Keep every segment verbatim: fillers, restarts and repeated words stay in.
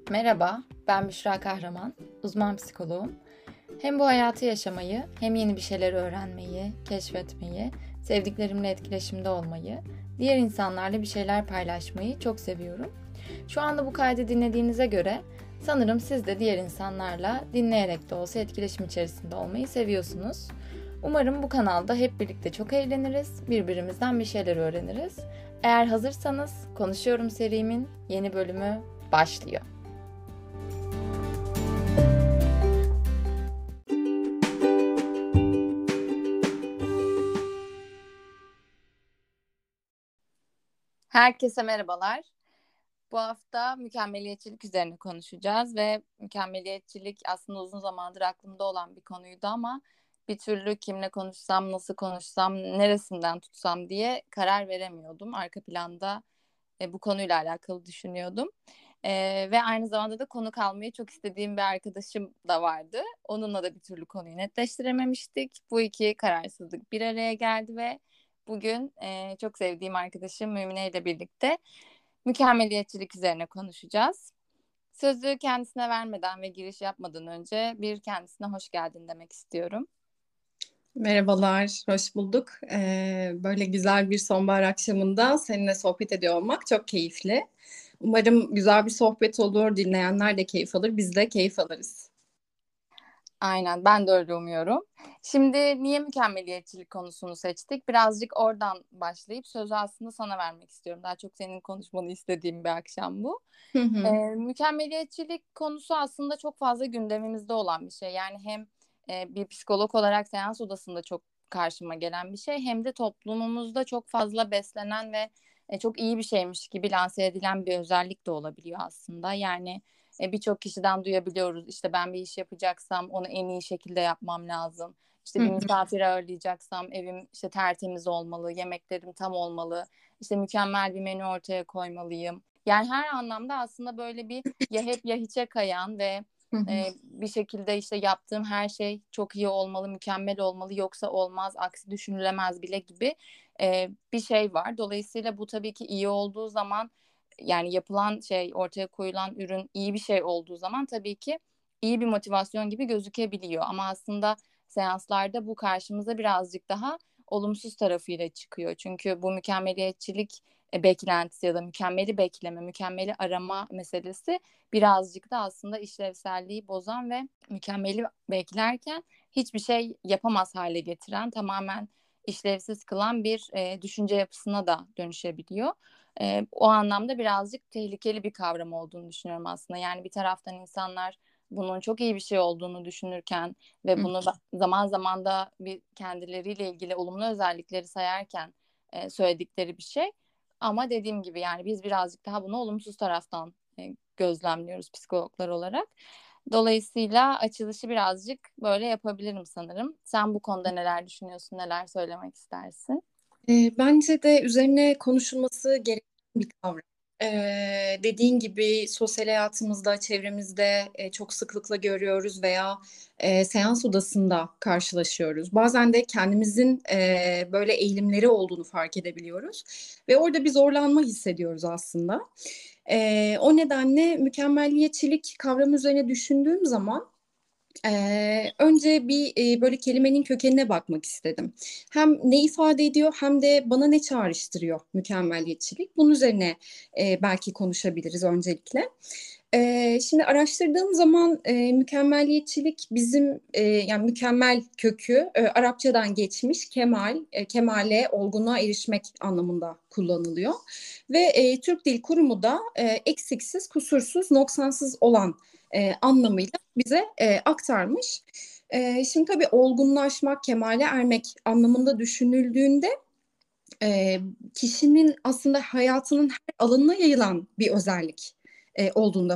Merhaba, ben Büşra Kahraman, uzman psikoloğum. Hem bu hayatı yaşamayı, hem yeni bir şeyler öğrenmeyi, keşfetmeyi, sevdiklerimle etkileşimde olmayı, diğer insanlarla bir şeyler paylaşmayı çok seviyorum. Şu anda bu kaydı dinlediğinize göre sanırım siz de diğer insanlarla dinleyerek de olsa etkileşim içerisinde olmayı seviyorsunuz. Umarım bu kanalda hep birlikte çok eğleniriz, birbirimizden bir şeyler öğreniriz. Eğer hazırsanız Konuşuyorum serimin yeni bölümü başlıyor. Herkese merhabalar. Bu hafta mükemmeliyetçilik üzerine konuşacağız ve mükemmeliyetçilik aslında uzun zamandır aklımda olan bir konuydu ama bir türlü kimle konuşsam, nasıl konuşsam, neresinden tutsam diye karar veremiyordum. Arka planda e, bu konuyla alakalı düşünüyordum. E, ve aynı zamanda da konuk almayı çok istediğim bir arkadaşım da vardı. Onunla da bir türlü konuyu netleştirememiştik. Bu iki kararsızlık bir araya geldi ve bugün e, çok sevdiğim arkadaşım Mümine ile birlikte mükemmeliyetçilik üzerine konuşacağız. Sözü kendisine vermeden ve giriş yapmadan önce bir kendisine hoş geldin demek istiyorum. Merhabalar, hoş bulduk. Ee, böyle güzel bir sonbahar akşamında seninle sohbet ediyor olmak çok keyifli. Umarım güzel bir sohbet olur, dinleyenler de keyif alır, biz de keyif alırız. Aynen, ben de öyle umuyorum. Şimdi niye mükemmeliyetçilik konusunu seçtik? Birazcık oradan başlayıp sözü aslında sana vermek istiyorum. Daha çok senin konuşmanı istediğim bir akşam bu. Hı Ee, hı. mükemmeliyetçilik konusu aslında çok fazla gündemimizde olan bir şey. Yani hem e, bir psikolog olarak seans odasında çok karşıma gelen bir şey, hem de toplumumuzda çok fazla beslenen ve e, çok iyi bir şeymiş gibi lanse edilen bir özellik de olabiliyor aslında. Yani e, birçok kişiden duyabiliyoruz. İşte ben bir iş yapacaksam onu en iyi şekilde yapmam lazım. İşte Hı bir hı. misafir ağırlayacaksam evim işte tertemiz olmalı, yemeklerim tam olmalı, işte mükemmel bir menü ortaya koymalıyım. Yani her anlamda aslında böyle bir ya hep ya hiçe kayan ve Hı hı. e, bir şekilde işte yaptığım her şey çok iyi olmalı, mükemmel olmalı, yoksa olmaz, aksi düşünülemez bile gibi e, bir şey var. Dolayısıyla bu tabii ki iyi olduğu zaman, yani yapılan şey, ortaya koyulan ürün iyi bir şey olduğu zaman tabii ki iyi bir motivasyon gibi gözükebiliyor. Ama aslında seanslarda bu karşımıza birazcık daha olumsuz tarafıyla çıkıyor. Çünkü bu mükemmeliyetçilik e, beklentisi ya da mükemmeli bekleme, mükemmeli arama meselesi birazcık da aslında işlevselliği bozan ve mükemmeli beklerken hiçbir şey yapamaz hale getiren, tamamen işlevsiz kılan bir e, düşünce yapısına da dönüşebiliyor. E, o anlamda birazcık tehlikeli bir kavram olduğunu düşünüyorum aslında. Yani bir taraftan insanlar bunun çok iyi bir şey olduğunu düşünürken ve Hı. bunu da zaman zaman da bir kendileriyle ilgili olumlu özellikleri sayarken e, söyledikleri bir şey. Ama dediğim gibi yani biz birazcık daha bunu olumsuz taraftan e, gözlemliyoruz psikologlar olarak. Dolayısıyla açılışı birazcık böyle yapabilirim sanırım. Sen bu konuda neler düşünüyorsun, neler söylemek istersin? Ee, bence de üzerine konuşulması gereken bir kavram. Ee, dediğin gibi sosyal hayatımızda, çevremizde e, çok sıklıkla görüyoruz veya e, seans odasında karşılaşıyoruz. Bazen de kendimizin e, böyle eğilimleri olduğunu fark edebiliyoruz ve orada bir zorlanma hissediyoruz aslında. E, o nedenle mükemmeliyetçilik kavramı üzerine düşündüğüm zaman Ee, önce bir e, böyle kelimenin kökenine bakmak istedim. Hem ne ifade ediyor hem de bana ne çağrıştırıyor mükemmeliyetçilik. Bunun üzerine e, belki konuşabiliriz öncelikle. Ee, şimdi araştırdığım zaman e, mükemmeliyetçilik bizim e, yani mükemmel kökü e, Arapçadan geçmiş kemal, e, kemale, olgunluğa erişmek anlamında kullanılıyor. Ve e, Türk Dil Kurumu da e, eksiksiz, kusursuz, noksansız olan e, anlamıyla bize e, aktarmış. E, şimdi tabii olgunlaşmak, kemale ermek anlamında düşünüldüğünde e, kişinin aslında hayatının her alanına yayılan bir özellik e, olduğunda.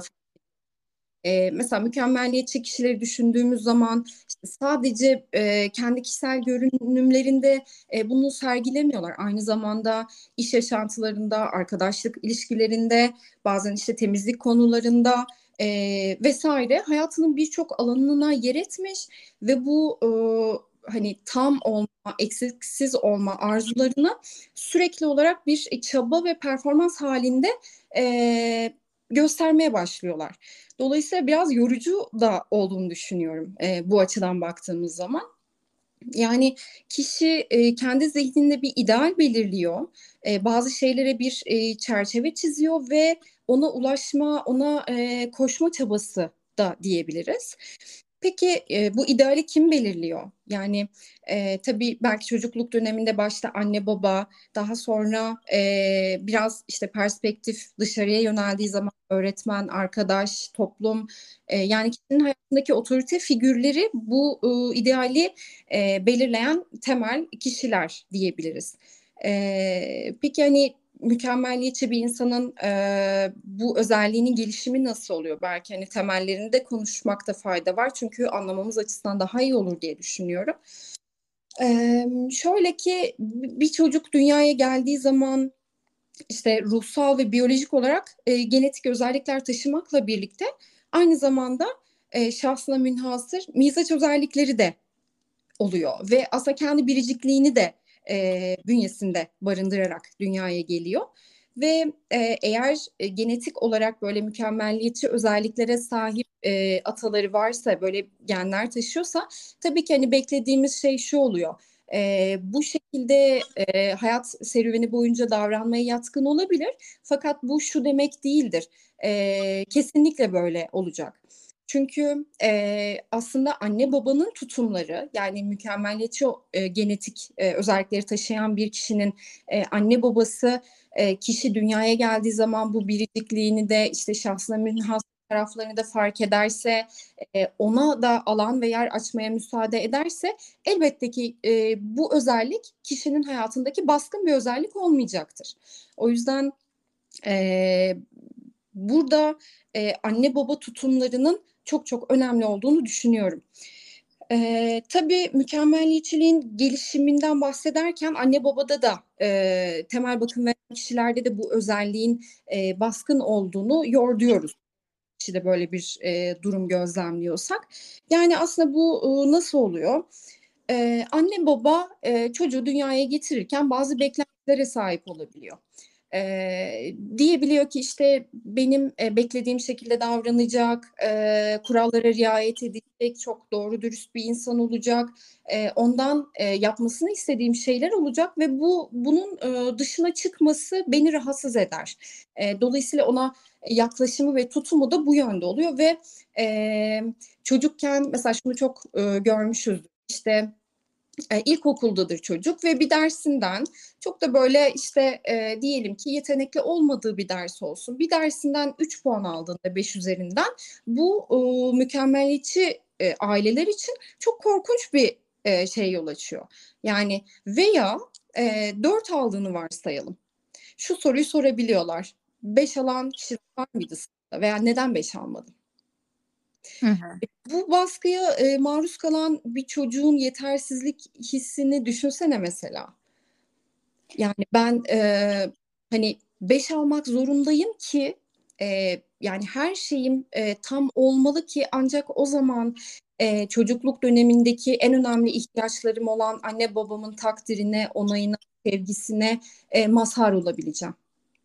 E, mesela mükemmeliyetçi kişileri düşündüğümüz zaman işte sadece e, kendi kişisel görünümlerinde e, bunu sergilemiyorlar. Aynı zamanda iş yaşantılarında, arkadaşlık ilişkilerinde, bazen işte temizlik konularında e, vesaire hayatının birçok alanına yer etmiş ve bu e, hani tam olma, eksiksiz olma arzularını sürekli olarak bir çaba ve performans halinde e, göstermeye başlıyorlar. Dolayısıyla biraz yorucu da olduğunu düşünüyorum e, bu açıdan baktığımız zaman. Yani kişi e, kendi zihninde bir ideal belirliyor. E, bazı şeylere bir e, çerçeve çiziyor ve ona ulaşma, ona e, koşma çabası da diyebiliriz. Peki e, bu ideali kim belirliyor? Yani e, tabii belki çocukluk döneminde başta anne baba, daha sonra e, biraz işte perspektif dışarıya yöneldiği zaman öğretmen, arkadaş, toplum, e, yani kişinin hayatındaki otorite figürleri bu e, ideali e, belirleyen temel kişiler diyebiliriz. E, peki hani mükemmeliyetçi bir insanın e, bu özelliğinin gelişimi nasıl oluyor? Belki hani temellerini de konuşmakta fayda var. Çünkü anlamamız açısından daha iyi olur diye düşünüyorum. E, şöyle ki bir çocuk dünyaya geldiği zaman işte ruhsal ve biyolojik olarak e, genetik özellikler taşımakla birlikte aynı zamanda e, şahsına münhasır mizaç özellikleri de oluyor ve aslında kendi biricikliğini de e, bünyesinde barındırarak dünyaya geliyor. Ve e, eğer e, genetik olarak böyle mükemmelliyetçi özelliklere sahip e, ataları varsa, böyle genler taşıyorsa, tabii ki hani beklediğimiz şey şu oluyor. E, bu şekilde e, hayat serüveni boyunca davranmaya yatkın olabilir. Fakat bu şu demek değildir. E, kesinlikle böyle olacak. Çünkü e, aslında anne babanın tutumları, yani mükemmeliyetçi e, genetik e, özellikleri taşıyan bir kişinin e, anne babası e, kişi dünyaya geldiği zaman bu biricikliğini de işte şahsına münhasır taraflarını da fark ederse, e, ona da alan ve yer açmaya müsaade ederse, elbette ki e, bu özellik kişinin hayatındaki baskın bir özellik olmayacaktır. O yüzden e, burada e, anne baba tutumlarının çok çok önemli olduğunu düşünüyorum. Ee, tabii mükemmeliyetçiliğin gelişiminden bahsederken anne babada da e, temel bakım veren kişilerde de bu özelliğin e, baskın olduğunu yorduyoruz. Kişide böyle bir e, durum gözlemliyorsak. Yani aslında bu e, nasıl oluyor? Ee, anne baba e, çocuğu dünyaya getirirken bazı beklentilere sahip olabiliyor. Ee, diyebiliyor ki işte benim e, beklediğim şekilde davranacak, e, kurallara riayet edecek, çok doğru dürüst bir insan olacak, e, ondan e, yapmasını istediğim şeyler olacak ve bu bunun e, dışına çıkması beni rahatsız eder. E, dolayısıyla ona yaklaşımı ve tutumu da bu yönde oluyor ve e, çocukken mesela şunu çok e, görmüşüzdür. İşte e, ilkokuldadır çocuk ve bir dersinden, çok da böyle işte e, diyelim ki yetenekli olmadığı bir ders olsun, bir dersinden üç puan aldığında beş üzerinden, bu e, mükemmeliyetçi e, aileler için çok korkunç bir e, şey yol açıyor. Yani veya e, dört aldığını varsayalım. Şu soruyu sorabiliyorlar. Beş alan kişi var mıydı sınıfta veya neden beş almadın? Hı hı. Bu baskıya e, maruz kalan bir çocuğun yetersizlik hissini düşünsene mesela. Yani ben e, hani beş almak zorundayım ki e, yani her şeyim e, tam olmalı ki ancak o zaman e, çocukluk dönemindeki en önemli ihtiyaçlarım olan anne babamın takdirine, onayına, sevgisine e, mazhar olabileceğim.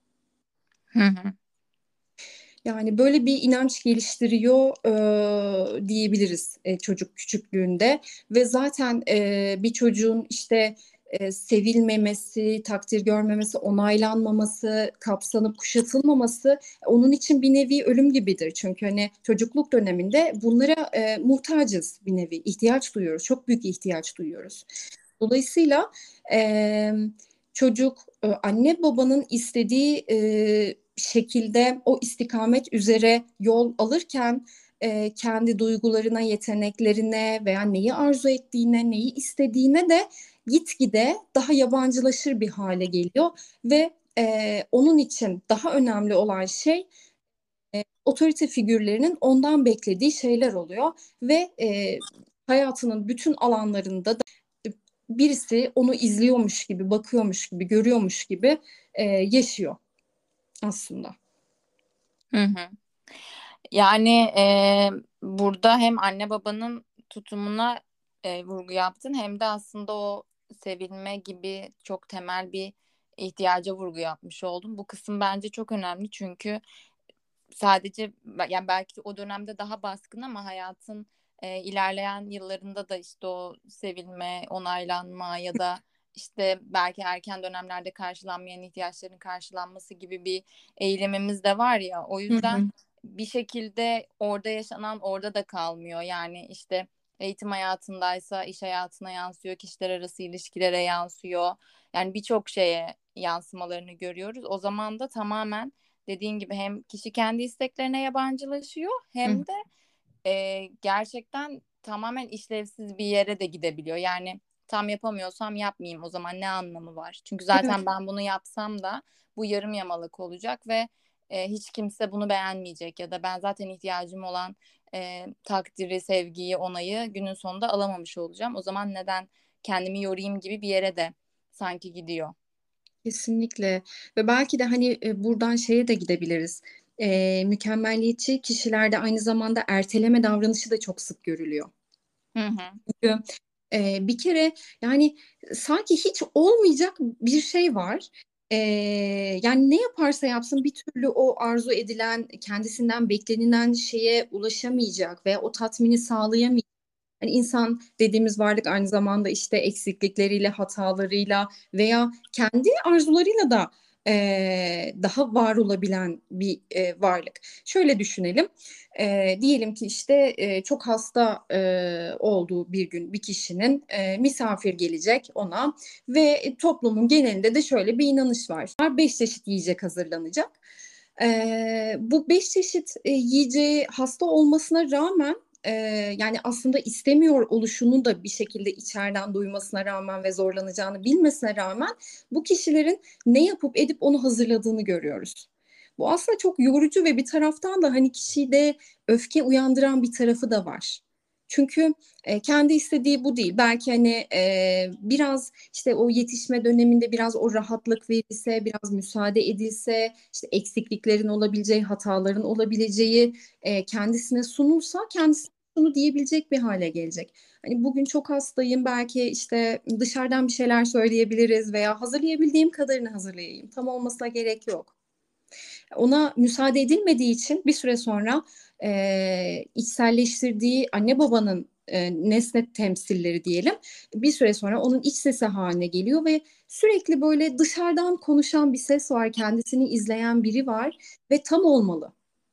Hı hı. Yani böyle bir inanç geliştiriyor e, diyebiliriz e, çocuk küçüklüğünde ve zaten e, bir çocuğun işte e, sevilmemesi, takdir görmemesi, onaylanmaması, kapsanıp kuşatılmaması onun için bir nevi ölüm gibidir. Çünkü hani çocukluk döneminde bunlara e, muhtacız, bir nevi ihtiyaç duyuyoruz, çok büyük ihtiyaç duyuyoruz. Dolayısıyla e, çocuk e, anne babanın istediği e, şekilde o istikamet üzere yol alırken e, kendi duygularına, yeteneklerine veya neyi arzu ettiğine, neyi istediğine de gitgide daha yabancılaşır bir hale geliyor ve e, onun için daha önemli olan şey e, otorite figürlerinin ondan beklediği şeyler oluyor ve e, hayatının bütün alanlarında da birisi onu izliyormuş gibi, bakıyormuş gibi, görüyormuş gibi e, yaşıyor aslında. Hı hı. Yani e, burada hem anne babanın tutumuna e, vurgu yaptın, hem de aslında o sevilme gibi çok temel bir ihtiyaca vurgu yapmış oldum. Bu kısım bence çok önemli, çünkü sadece yani belki o dönemde daha baskın ama hayatın e, ilerleyen yıllarında da işte o sevilme, onaylanma ya da işte belki erken dönemlerde karşılanmayan ihtiyaçların karşılanması gibi bir eğilimimiz de var ya. O Hı yüzden hı. bir şekilde orada yaşanan orada da kalmıyor. Yani işte eğitim hayatındaysa iş hayatına yansıyor, kişiler arası ilişkilere yansıyor. Yani birçok şeye yansımalarını görüyoruz. O zaman da tamamen dediğin gibi hem kişi kendi isteklerine yabancılaşıyor Hı hem de e, gerçekten tamamen işlevsiz bir yere de gidebiliyor. Yani tam yapamıyorsam yapmayayım, o zaman ne anlamı var? Çünkü Evet. zaten ben bunu yapsam da bu yarım yamalak olacak ve e, hiç kimse bunu beğenmeyecek ya da ben zaten ihtiyacım olan e, takdiri, sevgiyi, onayı günün sonunda alamamış olacağım. O zaman neden kendimi yorayım gibi bir yere de sanki gidiyor. Kesinlikle ve belki de, hani, eee, buradan şeye de gidebiliriz. Eee, mükemmeliyetçi kişilerde aynı zamanda erteleme davranışı da çok sık görülüyor. Hı hı. Çünkü, eee, bir kere, yani, sanki hiç olmayacak bir şey var. Eee, yani, ne yaparsa yapsın bir türlü o arzu edilen, kendisinden beklenilen şeye ulaşamayacak veya o tatmini sağlayamayacak. Hani, insan dediğimiz varlık aynı zamanda, işte, eksiklikleriyle, hatalarıyla veya kendi arzularıyla da, eee, daha var olabilen bir, eee, varlık. Şöyle düşünelim, eee, diyelim ki, işte, eee, çok hasta, eee, olduğu bir gün bir kişinin, eee, misafir gelecek ona ve toplumun genelinde de şöyle bir inanış var. Beş çeşit yiyecek hazırlanacak. Eee, bu beş çeşit, eee, yiyeceği hasta olmasına rağmen, Eee, yani, aslında istemiyor oluşunu da bir şekilde içeriden duymasına rağmen ve zorlanacağını bilmesine rağmen bu kişilerin ne yapıp edip onu hazırladığını görüyoruz. Bu aslında çok yorucu ve bir taraftan da, hani, kişide öfke uyandıran bir tarafı da var. Çünkü, eee, kendi istediği bu değil. Belki, hani, eee, biraz, işte, o yetişme döneminde biraz o rahatlık verilse, biraz müsaade edilse, işte, eksikliklerin olabileceği, hataların olabileceği, eee, kendisine sunulsa kendisi şunu diyebilecek bir hale gelecek. Hani, bugün çok hastayım, belki, işte, dışarıdan bir şeyler söyleyebiliriz veya hazırlayabildiğim kadarını hazırlayayım. Tam olmasına gerek yok. Ona müsaade edilmediği için bir süre sonra, eee, içselleştirdiği anne babanın, eee, nesne temsilleri diyelim, bir süre sonra onun iç sesi haline geliyor ve sürekli böyle dışarıdan konuşan bir ses var, kendisini izleyen biri var ve tam olmalı.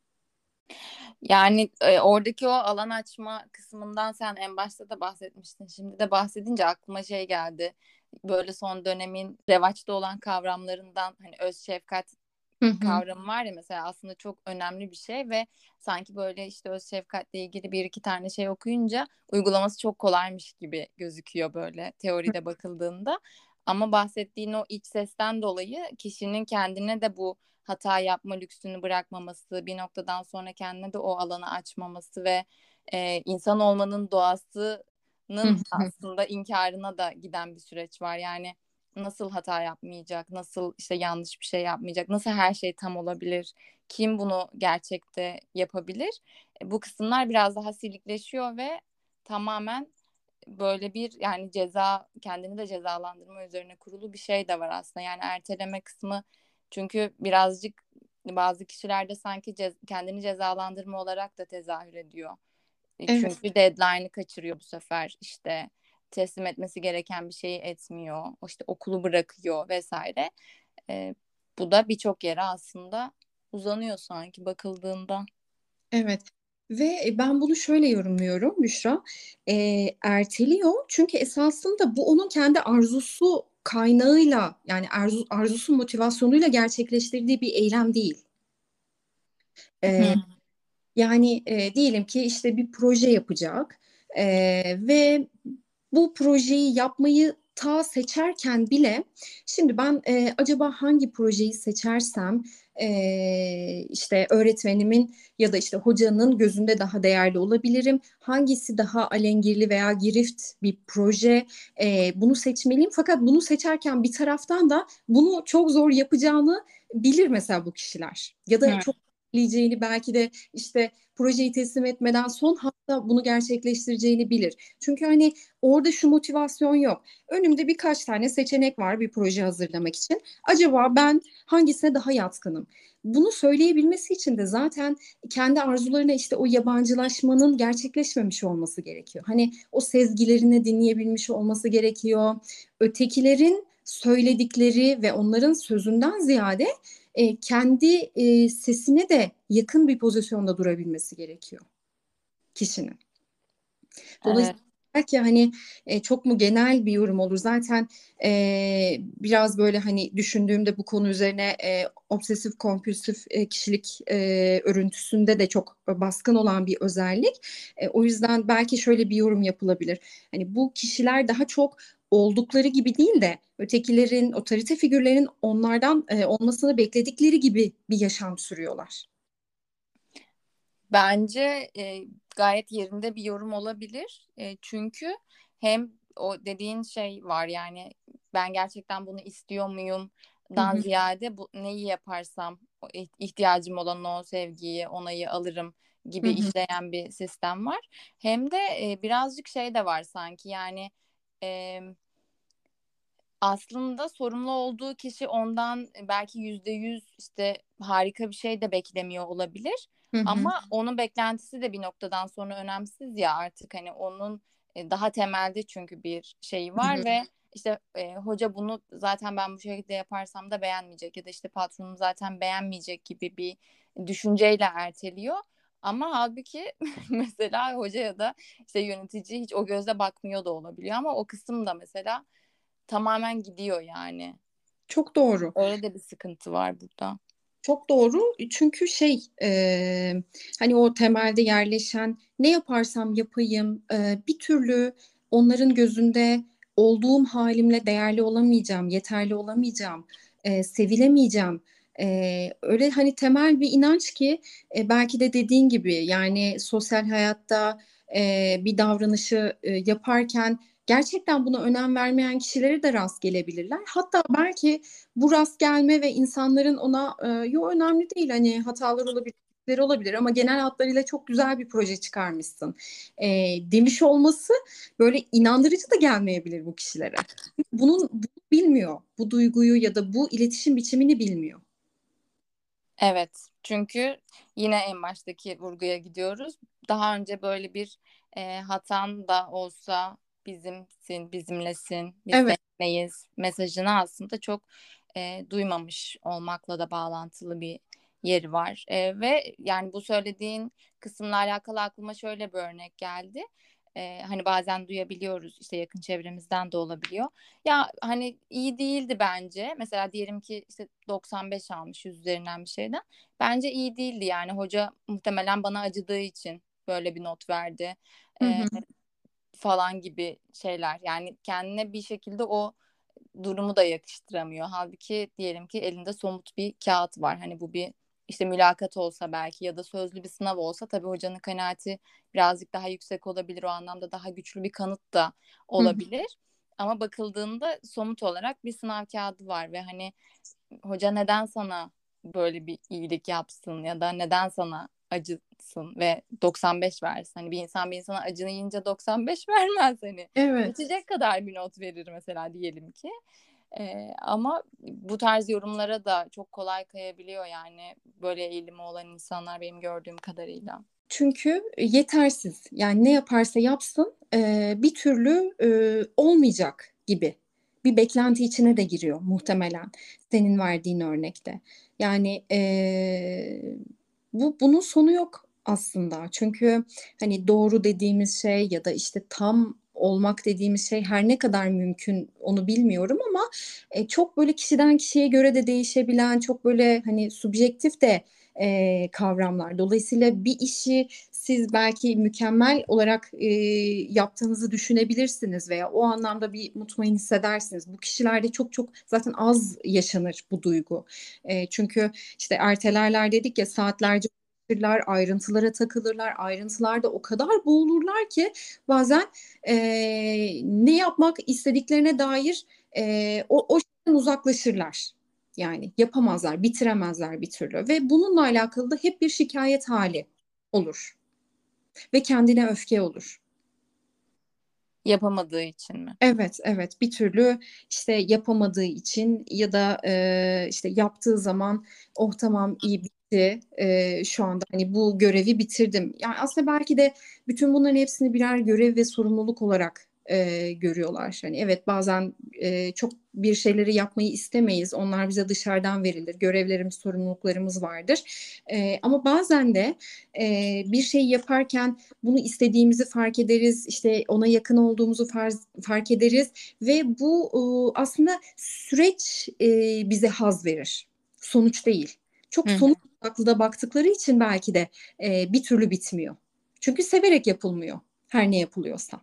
Yani e, oradaki o alan açma kısmından sen en başta da bahsetmiştin. Şimdi de bahsedince aklıma şey geldi. Böyle son dönemin revaçta olan kavramlarından hani öz şefkat Hı hı. kavramı var ya mesela, aslında çok önemli bir şey ve sanki böyle işte öz şefkatle ilgili bir iki tane şey okuyunca uygulaması çok kolaymış gibi gözüküyor böyle teoride bakıldığında. Ama bahsettiğin o iç sesten dolayı kişinin kendine de bu hata yapma lüksünü bırakmaması, bir noktadan sonra kendine de o alanı açmaması ve e, insan olmanın Hı doğasının hı. aslında inkarına da giden bir süreç var. Yani nasıl hata yapmayacak, nasıl işte yanlış bir şey yapmayacak, nasıl her şey tam olabilir, kim bunu gerçekte yapabilir? E, bu kısımlar biraz daha silikleşiyor ve tamamen böyle bir yani ceza, kendini de cezalandırma üzerine kurulu bir şey de var aslında. Yani erteleme kısmı çünkü birazcık bazı kişilerde sanki ce- kendini cezalandırma olarak da tezahür ediyor. E, Evet. Çünkü deadline'ı kaçırıyor bu sefer, işte teslim etmesi gereken bir şeyi etmiyor. O işte okulu bırakıyor vesaire. E, Bu da birçok yere aslında uzanıyor sanki bakıldığında. Evet ve, ben bunu şöyle yorumluyorum Büşra, eee, erteliyor çünkü esasında bu onun kendi arzusu kaynağıyla, yani arzu arzusu motivasyonuyla gerçekleştirdiği bir eylem değil. Hı Eee, yani, eee, diyelim ki, işte, bir proje yapacak, eee, ve bu projeyi yapmayı ta seçerken bile şimdi ben, eee, acaba hangi projeyi seçersem, eee, işte, öğretmenimin ya da, işte, hocanın gözünde daha değerli olabilirim? Hangisi daha alengirli veya girift bir proje? Eee, bunu seçmeliyim fakat bunu seçerken bir taraftan da bunu çok zor yapacağını bilir mesela bu kişiler ya da hı. çok destekleyeceğini, belki de işte projeyi teslim etmeden son hafta bunu gerçekleştireceğini bilir. Çünkü hani orada şu motivasyon yok. Önümde birkaç tane seçenek var bir proje hazırlamak için. Acaba ben hangisine daha yatkınım? Bunu söyleyebilmesi için de zaten kendi arzularına, işte o yabancılaşmanın gerçekleşmemiş olması gerekiyor. Hani o sezgilerini dinleyebilmiş olması gerekiyor. Ötekilerin söyledikleri ve onların sözünden ziyade e, kendi e, sesine de yakın bir pozisyonda durabilmesi gerekiyor kişinin. Evet. Dolayısıyla belki hani e, çok mu genel bir yorum olur? Zaten e, biraz böyle hani düşündüğümde bu konu üzerine e, obsesif kompulsif e, kişilik e, örüntüsünde de çok baskın olan bir özellik. E, o yüzden belki şöyle bir yorum yapılabilir. Hani bu kişiler daha çok oldukları gibi değil de ötekilerin, otorite figürlerin onlardan e, olmasını bekledikleri gibi bir yaşam sürüyorlar. Bence e, gayet yerinde bir yorum olabilir. E, çünkü hem o dediğin şey var, yani ben gerçekten bunu istiyor muyum Hı dan hı, ziyade bu neyi yaparsam o iht- ihtiyacım olan o sevgiyi, onayı alırım hı gibi hı, işleyen bir sistem var. Hem de e, birazcık şey de var sanki, yani aslında sorumlu olduğu kişi ondan belki yüzde yüz işte harika bir şey de beklemiyor olabilir. hı hı, Ama onun beklentisi de bir noktadan sonra önemsiz ya, artık hani onun e, daha temelde çünkü bir şeyi hı var hı. ve işte e, hoca bunu zaten ben bu şekilde yaparsam da beğenmeyecek ya da işte patronum zaten beğenmeyecek gibi bir düşünceyle erteliyor. Ama halbuki mesela hoca ya da işte yönetici hiç o gözle bakmıyor da olabiliyor, ama o kısım da mesela tamamen gidiyor yani. Çok doğru. Öyle de bir sıkıntı var burada. Çok doğru. Çünkü şey e, hani o temelde yerleşen ne yaparsam yapayım e, bir türlü onların gözünde olduğum halimle değerli olamayacağım, yeterli olamayacağım, e, sevilemeyeceğim. E, öyle hani temel bir inanç ki e, belki de dediğin gibi yani sosyal hayatta e, bir davranışı e, yaparken gerçekten buna önem vermeyen kişilere de rast gelebilirler. Hatta belki bu rast gelme ve insanların ona e, yo önemli değil hani hatalar olabilir olabilir ama genel hatlarıyla çok güzel bir proje çıkarmışsın e, demiş olması böyle inandırıcı da gelmeyebilir bu kişilere. Bunun bunu bilmiyor. Bu duyguyu ya da bu iletişim biçimini bilmiyor. Evet. Çünkü yine en baştaki vurguya gidiyoruz. Daha önce böyle bir e, hatan da olsa bizimsin, bizimlesin, biz Evet. seninleyiz mesajını aslında çok e, duymamış olmakla da bağlantılı bir yeri var. E, ve yani bu söylediğin kısımla alakalı aklıma şöyle bir örnek geldi. E, hani bazen duyabiliyoruz, işte yakın çevremizden de olabiliyor. Ya hani iyi değildi bence. Mesela diyelim ki işte doksan beş almış yüz üzerinden bir şeyden. Bence iyi değildi, yani hoca muhtemelen bana acıdığı için böyle bir not verdi Hı e, hı. falan gibi şeyler. Yani kendine bir şekilde o durumu da yakıştıramıyor. Halbuki diyelim ki elinde somut bir kağıt var. Hani bu bir işte mülakat olsa belki ya da sözlü bir sınav olsa tabii hocanın kanaati birazcık daha yüksek olabilir. O anlamda daha güçlü bir kanıt da Hı hı. olabilir. Ama bakıldığında somut olarak bir sınav kağıdı var ve hani hoca neden sana böyle bir iyilik yapsın ya da neden sana acısın ve doksan beş versin. Hani bir insan bir insana acını yiyince doksan beş vermez hani. Evet. Geçecek kadar bir not verir mesela diyelim ki. Ee, ama bu tarz yorumlara da çok kolay kayabiliyor, yani böyle eğilimi olan insanlar benim gördüğüm kadarıyla. Çünkü yetersiz. Yani ne yaparsa yapsın e, bir türlü e, olmayacak gibi bir beklenti içine de giriyor muhtemelen senin verdiğin örnekte. Yani e, bu bunun sonu yok aslında. Çünkü hani doğru dediğimiz şey ya da işte tam olmak dediğimiz şey her ne kadar mümkün onu bilmiyorum ama e, çok böyle kişiden kişiye göre de değişebilen çok böyle hani subjektif de e, kavramlar. Dolayısıyla bir işi siz belki mükemmel olarak e, yaptığınızı düşünebilirsiniz veya o anlamda bir mutmain hissedersiniz. Bu kişilerde çok çok zaten az yaşanır bu duygu. E, çünkü işte ertelerler dedik ya saatlerce uğraşırlar, ayrıntılara takılırlar. Ayrıntılarda o kadar boğulurlar ki bazen e, ne yapmak istediklerine dair e, o, o şeyden uzaklaşırlar. Yani yapamazlar, bitiremezler bir türlü ve bununla alakalı da hep bir şikayet hali olur ve kendine öfke olur. Yapamadığı için mi? Evet, evet. Bir türlü, işte, yapamadığı için ya da, eee, işte, yaptığı zaman, "Oh, tamam, iyi, bitti. Eee, şu anda, hani, bu görevi bitirdim." Yani, aslında belki de bütün bunların hepsini birer görev ve sorumluluk olarak, eee, görüyorlar. Hani, evet, bazen, eee, çok bir şeyleri yapmayı istemeyiz. Onlar bize dışarıdan verilir. Görevlerimiz, sorumluluklarımız vardır. Eee, ama bazen de, eee, bir şeyi yaparken bunu istediğimizi fark ederiz, işte, ona yakın olduğumuzu farz fark ederiz ve bu, uuu, aslında süreç, eee, bize haz verir, sonuç değil. Çok Hı hı. sonuç odaklı da baktıkları için belki de, eee, bir türlü bitmiyor. Çünkü severek yapılmıyor her ne yapılıyorsa.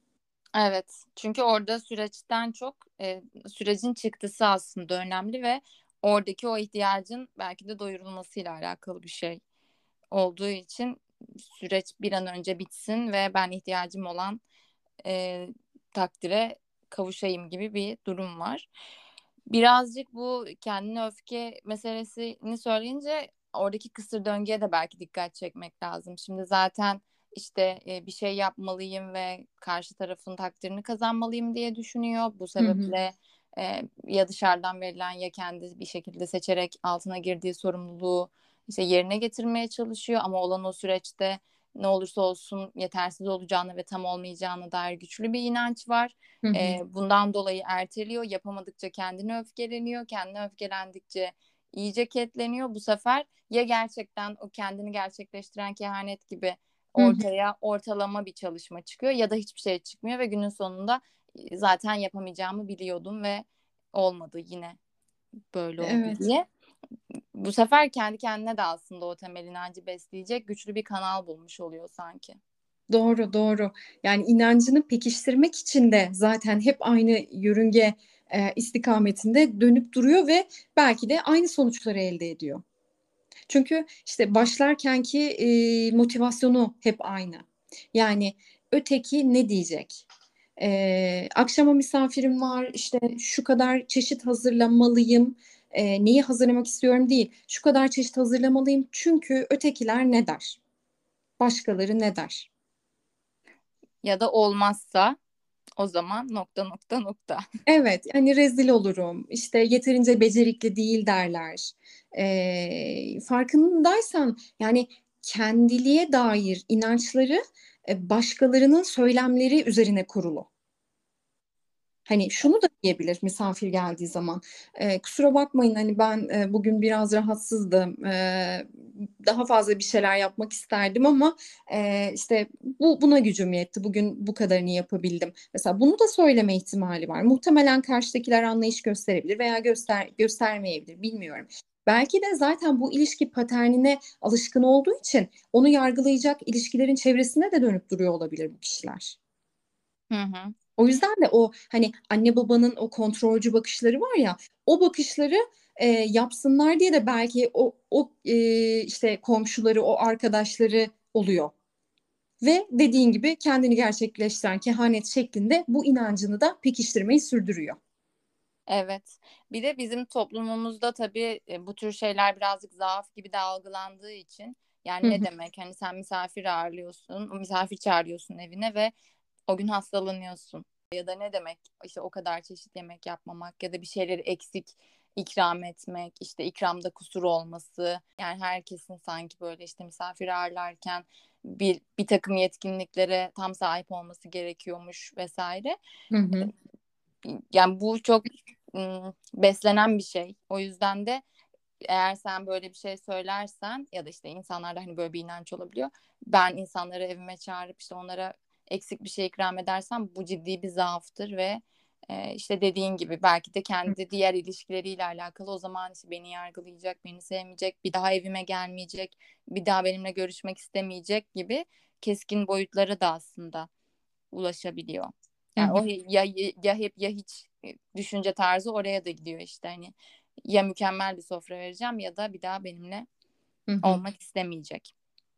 Evet. Çünkü orada süreçten çok, eee, sürecin çıktısı aslında önemli ve oradaki o ihtiyacın belki de doyurulmasıyla alakalı bir şey olduğu için süreç bir an önce bitsin ve ben ihtiyacım olan, eee, takdire kavuşayım gibi bir durum var. Birazcık bu kendine öfke meselesini söyleyince oradaki kısır döngüye de belki dikkat çekmek lazım. Şimdi zaten, işte, eee, bir şey yapmalıyım ve karşı tarafın takdirini kazanmalıyım diye düşünüyor. Bu Hı hı. sebeple, eee, ya dışarıdan verilen ya kendi bir şekilde seçerek altına girdiği sorumluluğu, işte, yerine getirmeye çalışıyor ama olan o süreçte ne olursa olsun yetersiz olacağına ve tam olmayacağına dair güçlü bir inanç var. Hı hı. Eee, bundan dolayı erteliyor. Yapamadıkça kendine öfkeleniyor. Kendine öfkelendikçe iyice ketleniyor. Bu sefer ya gerçekten o kendini gerçekleştiren kehanet gibi Hı hı. ortaya ortalama bir çalışma çıkıyor ya da hiçbir şey çıkmıyor ve günün sonunda e, zaten yapamayacağımı biliyordum ve olmadı yine böyle oldu Evet. diye. Bu sefer kendi kendine de aslında o temel inancı besleyecek güçlü bir kanal bulmuş oluyor sanki. Doğru, doğru. Yani inancını pekiştirmek için de zaten hep aynı yörünge, eee, istikametinde dönüp duruyor ve belki de aynı sonuçları elde ediyor. Çünkü, işte, başlarkenki, eee, motivasyonu hep aynı. Yani, öteki ne diyecek? Eee, akşama misafirim var, işte, şu kadar çeşit hazırlamalıyım, eee, neyi hazırlamak istiyorum değil, şu kadar çeşit hazırlamalıyım çünkü ötekiler ne der? Başkaları ne der? Ya da olmazsa o zaman nokta nokta nokta. Evet, hani, rezil olurum, işte, yeterince becerikli değil derler. Eee, farkındaysan, yani, kendiliğe dair inançları, eee, başkalarının söylemleri üzerine kurulu. Hani, şunu da diyebilir misafir geldiği zaman, eee, "Kusura bakmayın, hani, ben, eee, bugün biraz rahatsızdım. Eee, daha fazla bir şeyler yapmak isterdim ama, eee, işte, bu buna gücüm yetti. Bugün bu kadarını yapabildim." Mesela bunu da söyleme ihtimali var. Muhtemelen karşıdakiler anlayış gösterebilir veya göster göstermeyebilir, bilmiyorum. Belki de zaten bu ilişki paternine alışkın olduğu için onu yargılayacak ilişkilerin çevresinde de dönüp duruyor olabilir bu kişiler. Hı hı. O yüzden de o, hani, anne babanın o kontrolcü bakışları var ya, o bakışları, eee, yapsınlar diye de belki o o, eee, işte, komşuları, o arkadaşları oluyor ve dediğin gibi kendini gerçekleştiren kehanet şeklinde bu inancını da pekiştirmeyi sürdürüyor. Evet. Bir de bizim toplumumuzda tabii, eee, bu tür şeyler birazcık zaaf gibi de algılandığı için, Hı yani, ne hı. demek, hani, sen misafir ağırlıyorsun, misafir çağırıyorsun evine ve o gün hastalanıyorsun ya da ne demek, işte, o kadar çeşit yemek yapmamak ya da bir şeyleri eksik ikram etmek, işte, ikramda kusur olması, yani, herkesin sanki, böyle, işte, misafir ağırlarken bir birtakım yetkinliklere tam sahip olması gerekiyormuş vesaire. Hı hı. Yani, bu çok, ımm, beslenen bir şey. O yüzden de eğer sen böyle bir şey söylersen ya da, işte, insanlarda, hani, böyle bir inanç olabiliyor. Ben insanları evime çağırıp, işte, onlara eksik bir şey ikram edersem bu ciddi bir zaaftır ve, eee, işte, dediğin gibi belki de Hı. kendi diğer ilişkileriyle alakalı o zaman, işte, beni yargılayacak, beni sevmeyecek, bir daha evime gelmeyecek, bir daha benimle görüşmek istemeyecek gibi keskin boyutlara da aslında ulaşabiliyor. Hı Yani hı. o ya ya hep ya hiç, eee, düşünce tarzı oraya da gidiyor işte, hani, ya mükemmel bir sofra vereceğim ya da bir daha benimle Hı hı. olmak istemeyecek.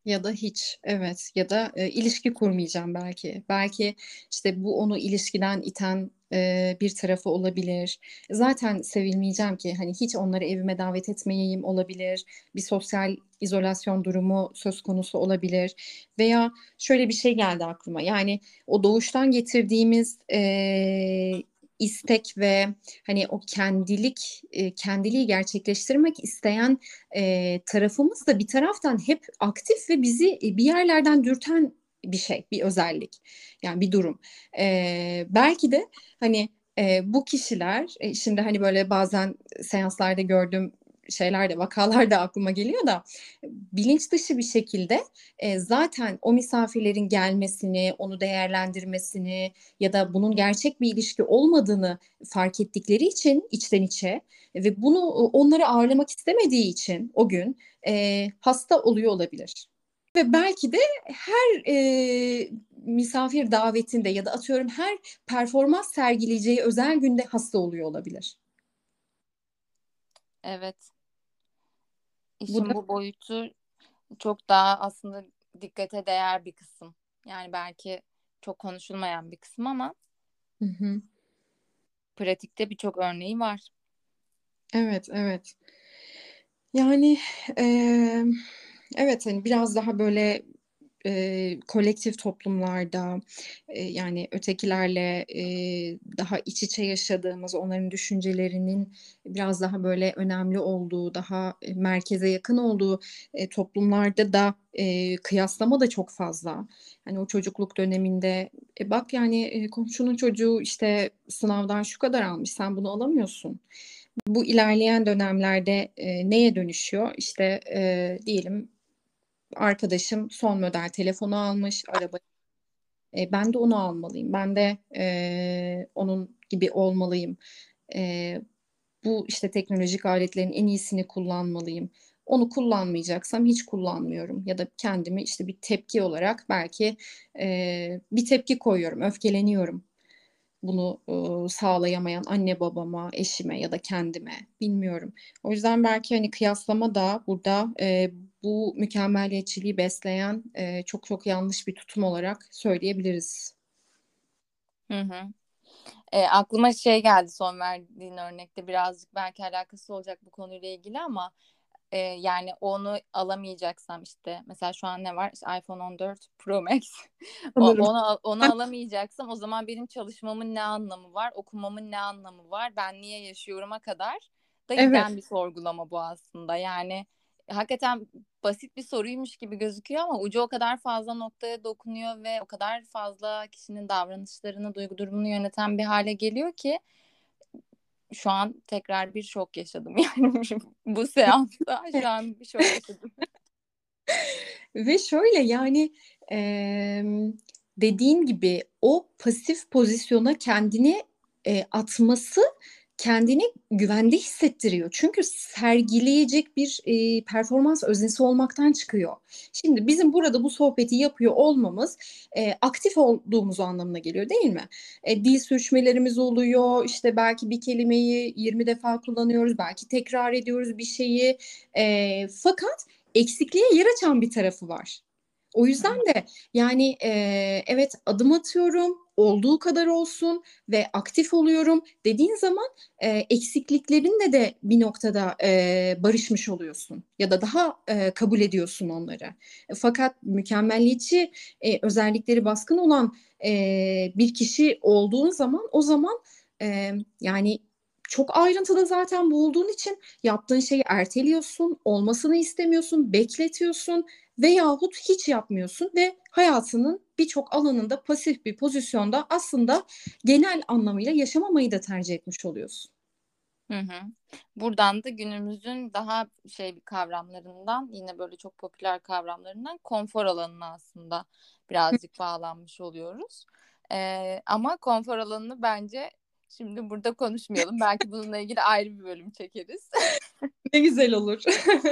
Ya da hiç, evet. Ya da, eee, ilişki kurmayacağım belki. Belki, işte, bu onu ilişkiden iten, eee, bir tarafı olabilir. Zaten sevilmeyeceğim ki, hani, hiç onları evime davet etmeyeyim olabilir. Bir sosyal izolasyon durumu söz konusu olabilir veya şöyle bir şey geldi aklıma, yani, o doğuştan getirdiğimiz, eee, istek ve, hani, o kendilik, eee, kendiliği gerçekleştirmek isteyen Eee, tarafımız da bir taraftan hep aktif ve bizi, eee, bir yerlerden dürten bir şey, bir özellik, yani bir durum. Eee, belki de, hani, eee, bu kişiler, eee, şimdi, hani, böyle bazen seanslarda gördüğüm şeyler de, vakalar da aklıma geliyor da bilinç dışı bir şekilde, eee, zaten o misafirlerin gelmesini, onu değerlendirmesini ya da bunun gerçek bir ilişki olmadığını fark ettikleri için içten içe, ve bunu onları ağırlamak istemediği için o gün, eee, hasta oluyor olabilir. Ve belki de her, eee, misafir davetinde ya da atıyorum her performans sergileyeceği özel günde hasta oluyor olabilir. Evet. Bu da İşin bu boyutu çok daha aslında dikkate değer bir kısım. Yani belki çok konuşulmayan bir kısım ama Hı hı. pratikte birçok örneği var. Evet, evet. Yani, emm, evet, hani, biraz daha böyle, eee, kolektif toplumlarda, eee, yani, ötekilerle, eee, daha iç içe yaşadığımız, onların düşüncelerinin biraz daha böyle önemli olduğu, daha, eee, merkeze yakın olduğu, eee, toplumlarda da, eee, kıyaslama da çok fazla. Hani, o çocukluk döneminde, "E, bak, yani, eee, komşunun çocuğu, işte, sınavdan şu kadar almış, sen bunu alamıyorsun." Bu ilerleyen dönemlerde, eee, neye dönüşüyor? İşte, eee, diyelim arkadaşım son model telefonu almış, araba eee, ben de onu almalıyım. Ben de, eee, onun gibi olmalıyım. Eee, bu, işte, teknolojik aletlerin en iyisini kullanmalıyım. Onu kullanmayacaksam hiç kullanmıyorum ya da kendimi, işte, bir tepki olarak belki, eee, bir tepki koyuyorum, öfkeleniyorum. Bunu, ııı, sağlayamayan anne babama, eşime ya da kendime, bilmiyorum. O yüzden belki, hani, kıyaslama da burada, eee, bu mükemmeliyetçiliği besleyen, eee, çok çok yanlış bir tutum olarak söyleyebiliriz. Hı hı. E, aklıma şey geldi son verdiğin örnekte birazcık belki alakası olacak bu konuyla ilgili ama e, yani onu alamayacaksam işte mesela şu an ne var? İşte iPhone on dört Pro Max. O, Sanırım. onu al- onu alamayacaksam o zaman benim çalışmamın ne anlamı var? Okumamın ne anlamı var? Ben niye yaşıyorum'a kadar da Evet. giden bir sorgulama bu aslında. Yani hakikaten basit bir soruymuş gibi gözüküyor ama ucu o kadar fazla noktaya dokunuyor ve o kadar fazla kişinin davranışlarını, duygu durumunu yöneten bir hale geliyor ki şu an tekrar bir şok yaşadım. Yani bu seansta şu an bir şok yaşadım. Ve şöyle, yani, emm, dediğin gibi o pasif pozisyona kendini, eee, atması kendini güvende hissettiriyor. Çünkü sergileyecek bir, eee, performans öznesi olmaktan çıkıyor. Şimdi bizim burada bu sohbeti yapıyor olmamız, eee, aktif olduğumuz anlamına geliyor, değil mi? Eee, dil sürçmelerimiz oluyor, işte, belki bir kelimeyi yirmi defa kullanıyoruz, belki tekrar ediyoruz bir şeyi, eee, fakat eksikliğe yer açan bir tarafı var. O yüzden de, yani, eee, evet, adım atıyorum, olduğu kadar olsun ve aktif oluyorum dediğin zaman, eee, eksikliklerinle de bir noktada, eee, barışmış oluyorsun ya da daha, eee, kabul ediyorsun onları. Fakat mükemmeliyetçi, eee, özellikleri baskın olan, eee, bir kişi olduğun zaman o zaman, emm, yani, çok ayrıntıda zaten boğulduğun için yaptığın şeyi erteliyorsun, olmasını istemiyorsun, bekletiyorsun veyahut hiç yapmıyorsun ve hayatının birçok alanında pasif bir pozisyonda aslında genel anlamıyla yaşamamayı da tercih etmiş oluyorsun. Hı hı. Buradan da günümüzün daha şey bir kavramlarından yine böyle çok popüler kavramlarından konfor alanına aslında birazcık bağlanmış oluyoruz. Ee, ama konfor alanını bence şimdi burada konuşmayalım. Belki bununla ilgili ayrı bir bölüm çekeriz. Ne güzel olur.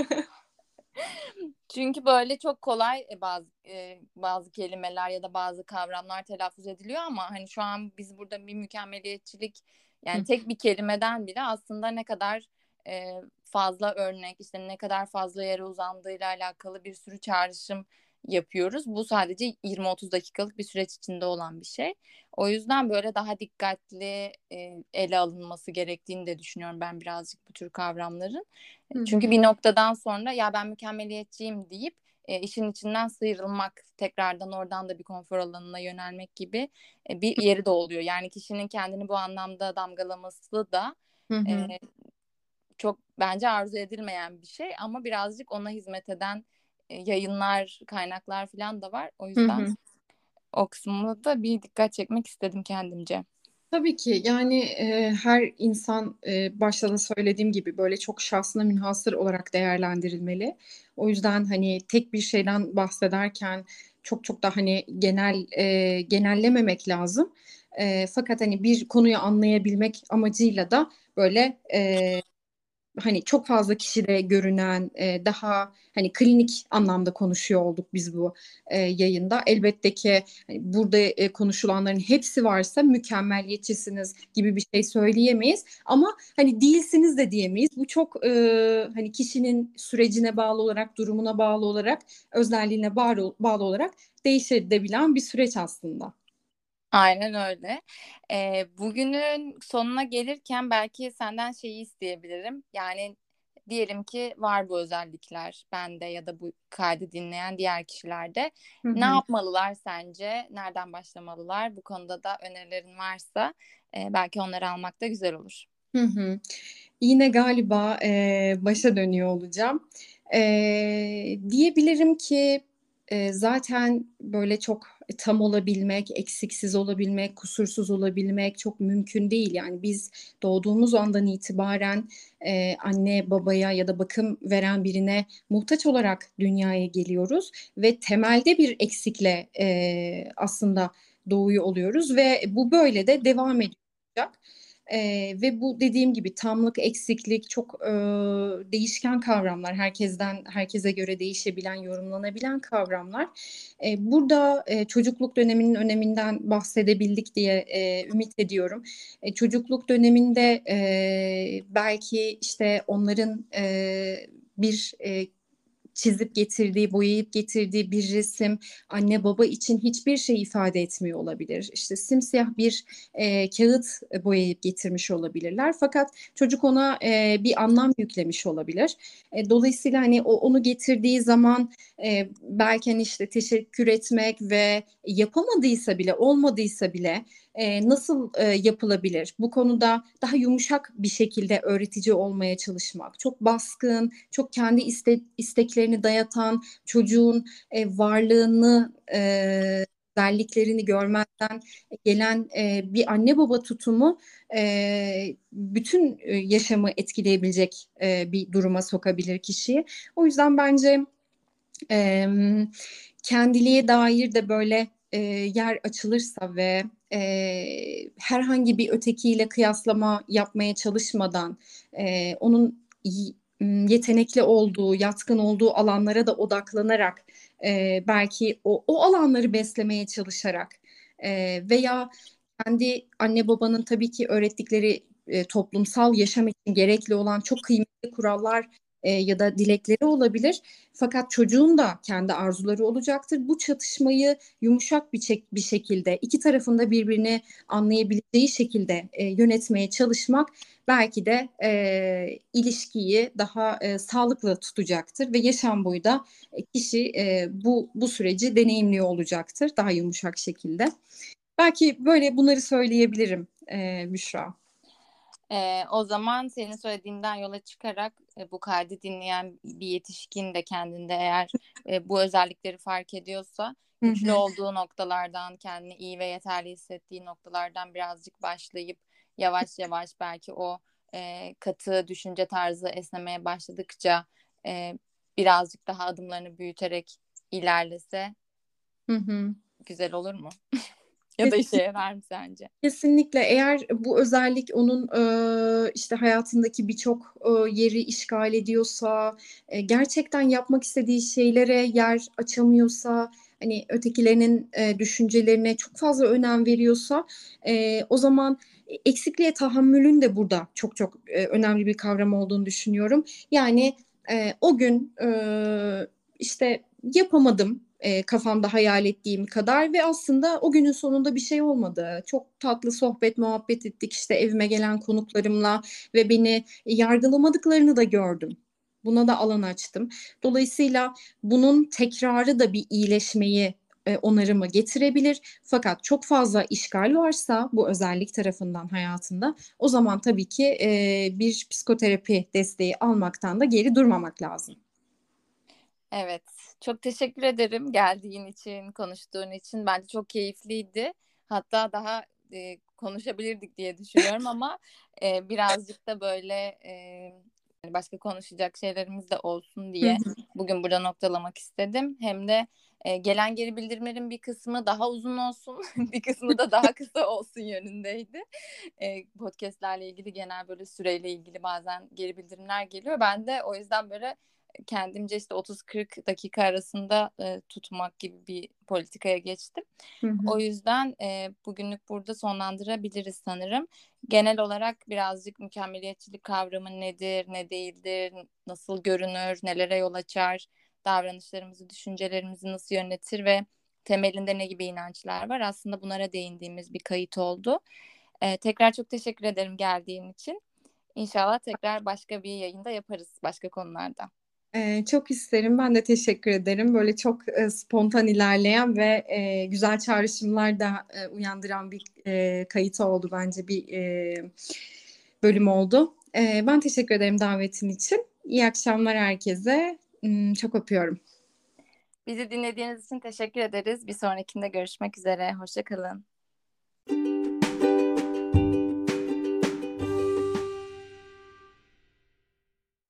Çünkü böyle çok kolay e, bazı e, bazı kelimeler ya da bazı kavramlar telaffuz ediliyor ama hani şu an biz burada bir mükemmeliyetçilik yani tek bir kelimeden bile aslında ne kadar e, fazla örnek işte ne kadar fazla yere uzandığıyla alakalı bir sürü çağrışım yapıyoruz. Bu sadece yirmi otuz dakikalık bir süreç içinde olan bir şey. O yüzden böyle daha dikkatli e, ele alınması gerektiğini de düşünüyorum ben birazcık bu tür kavramların. Hı Çünkü hı. bir noktadan sonra ya ben mükemmeliyetçiyim deyip e, işin içinden sıyrılmak, tekrardan oradan da bir konfor alanına yönelmek gibi e, bir yeri de oluyor. Yani kişinin kendini bu anlamda damgalaması da Hı e, hı. çok bence arzu edilmeyen bir şey ama birazcık ona hizmet eden e, yayınlar, kaynaklar falan da var. O Hı yüzden hı. o kısmına da bir dikkat çekmek istedim kendimce. Tabii ki yani e, her insan e, başta da söylediğim gibi böyle çok şahsına münhasır olarak değerlendirilmeli. O yüzden hani tek bir şeyden bahsederken çok çok da hani genel e, genellememek lazım. E, fakat hani bir konuyu anlayabilmek amacıyla da böyle e, hani çok fazla kişide görünen e, daha hani klinik anlamda konuşuyor olduk biz bu e, yayında. Elbette ki hani burada e, konuşulanların hepsi varsa mükemmeliyetçisiniz gibi bir şey söyleyemeyiz. Ama hani değilsiniz de diyemeyiz. Bu çok e, hani kişinin sürecine bağlı olarak, durumuna bağlı olarak, özelliğine bağlı, bağlı olarak değişebilen bir süreç aslında. Aynen öyle. Ee, bugünün sonuna gelirken belki senden şeyi isteyebilirim. Yani diyelim ki var bu özellikler bende ya da bu kaydı dinleyen diğer kişilerde. Hı Ne hı. yapmalılar sence? Nereden başlamalılar? Bu konuda da önerilerin varsa e, belki onları almak da güzel olur. Hı hı. Yine galiba eee, başa dönüyor olacağım. Eee, diyebilirim ki eee, zaten böyle çok tam olabilmek, eksiksiz olabilmek, kusursuz olabilmek çok mümkün değil. Yani biz doğduğumuz andan itibaren eee, anne babaya ya da bakım veren birine muhtaç olarak dünyaya geliyoruz ve temelde bir eksikle eee, aslında doğuyor oluyoruz ve bu böyle de devam ediyor. Eee, ve bu dediğim gibi tamlık, eksiklik çok eee, değişken kavramlar. Herkesten herkese göre değişebilen, yorumlanabilen kavramlar. Eee, burada eee, çocukluk döneminin öneminden bahsedebildik diye eee, ümit ediyorum. E, çocukluk döneminde eee, belki işte onların eee, bir eee, çizip getirdiği, boyayıp getirdiği bir resim anne baba için hiçbir şey ifade etmiyor olabilir. İşte simsiyah bir e, kağıt boyayıp getirmiş olabilirler. Fakat çocuk ona e, bir anlam yüklemiş olabilir. E, dolayısıyla hani o onu getirdiği zaman e, belki hani işte teşekkür etmek ve yapamadıysa bile, olmadıysa bile e, nasıl e, yapılabilir? Bu konuda daha yumuşak bir şekilde öğretici olmaya çalışmak. Çok baskın, çok kendi iste, isteklerini dayatan, çocuğun e, varlığını, e, özelliklerini görmezden gelen e, bir anne baba tutumu e, bütün e, yaşamı etkileyebilecek e, bir duruma sokabilir kişiyi. O yüzden bence e, kendiliğe dair de böyle e, yer açılırsa ve e, herhangi bir ötekiyle kıyaslama yapmaya çalışmadan e, onun y- yetenekli olduğu, yatkın olduğu alanlara da odaklanarak e, belki o, o alanları beslemeye çalışarak e, veya kendi anne babanın tabii ki öğrettikleri e, toplumsal yaşam için gerekli olan çok kıymetli kurallar e, ya da dilekleri olabilir. Fakat çocuğun da kendi arzuları olacaktır. Bu çatışmayı yumuşak bir, çek, bir şekilde iki tarafında birbirini anlayabileceği şekilde e, yönetmeye çalışmak belki de e, ilişkiyi daha e, sağlıklı tutacaktır ve yaşam boyu da e, kişi e, bu bu süreci deneyimliyor olacaktır daha yumuşak şekilde. Belki böyle bunları söyleyebilirim e, Büşra. Ee, o zaman senin söylediğinden yola çıkarak e, bu kaydı dinleyen bir yetişkin de kendinde eğer e, bu özellikleri fark ediyorsa Hı güçlü hı. olduğu noktalardan, kendini iyi ve yeterli hissettiği noktalardan birazcık başlayıp yavaş yavaş belki o e, katı düşünce tarzı esnemeye başladıkça e, birazcık daha adımlarını büyüterek ilerlese Hı hı. güzel olur mu? Ya da işe yarar mı sence? Kesinlikle eğer bu özellik onun e, işte hayatındaki birçok e, yeri işgal ediyorsa, e, gerçekten yapmak istediği şeylere yer açamıyorsa, hani ötekilerinin e, düşüncelerine çok fazla önem veriyorsa, e, o zaman eksikliğe tahammülün de burada çok çok e, önemli bir kavram olduğunu düşünüyorum. Yani e, o gün e, işte yapamadım. e, kafamda hayal ettiğim kadar ve aslında o günün sonunda bir şey olmadı. Çok tatlı sohbet, muhabbet ettik işte evime gelen konuklarımla ve beni yargılamadıklarını da gördüm. Buna da alan açtım. Dolayısıyla bunun tekrarı da bir iyileşmeyi, e, onarımı getirebilir. Fakat çok fazla işgal varsa bu özellik tarafından hayatında, o zaman tabii ki e, bir psikoterapi desteği almaktan da geri durmamak lazım. Evet, çok teşekkür ederim geldiğin için, konuştuğun için. Bence çok keyifliydi. Hatta daha e, konuşabilirdik diye düşünüyorum ama e, birazcık da böyle e, yani başka konuşacak şeylerimiz de olsun Hı diye hı. bugün burada noktalamak istedim. Hem de e, gelen geri bildirimlerin bir kısmı daha uzun olsun, bir kısmı da daha kısa olsun yönündeydi. E, podcastlerle ilgili genel böyle süreyle ilgili bazen geri bildirimler geliyor. Ben de o yüzden böyle kendimce işte otuz kırk dakika arasında e, tutmak gibi bir politikaya geçtim. Hı hı. O yüzden e, bugünlük burada sonlandırabiliriz sanırım. Genel olarak birazcık mükemmeliyetçilik kavramı nedir, ne değildir, nasıl görünür, nelere yol açar, davranışlarımızı, düşüncelerimizi nasıl yönetir ve temelinde ne gibi inançlar var? Aslında bunlara değindiğimiz bir kayıt oldu. E, tekrar çok teşekkür ederim geldiğin için. İnşallah tekrar başka bir yayında yaparız başka konularda. Ee, çok isterim. Ben de teşekkür ederim. Böyle çok e, spontan ilerleyen ve e, güzel çağrışımlar da e, uyandıran bir e, kayıt oldu bence. Bir e, bölüm oldu. E, ben teşekkür ederim davetin için. İyi akşamlar herkese. Hmm, Çok öpüyorum. Bizi dinlediğiniz için teşekkür ederiz. Bir sonrakinde görüşmek üzere. Hoşça kalın.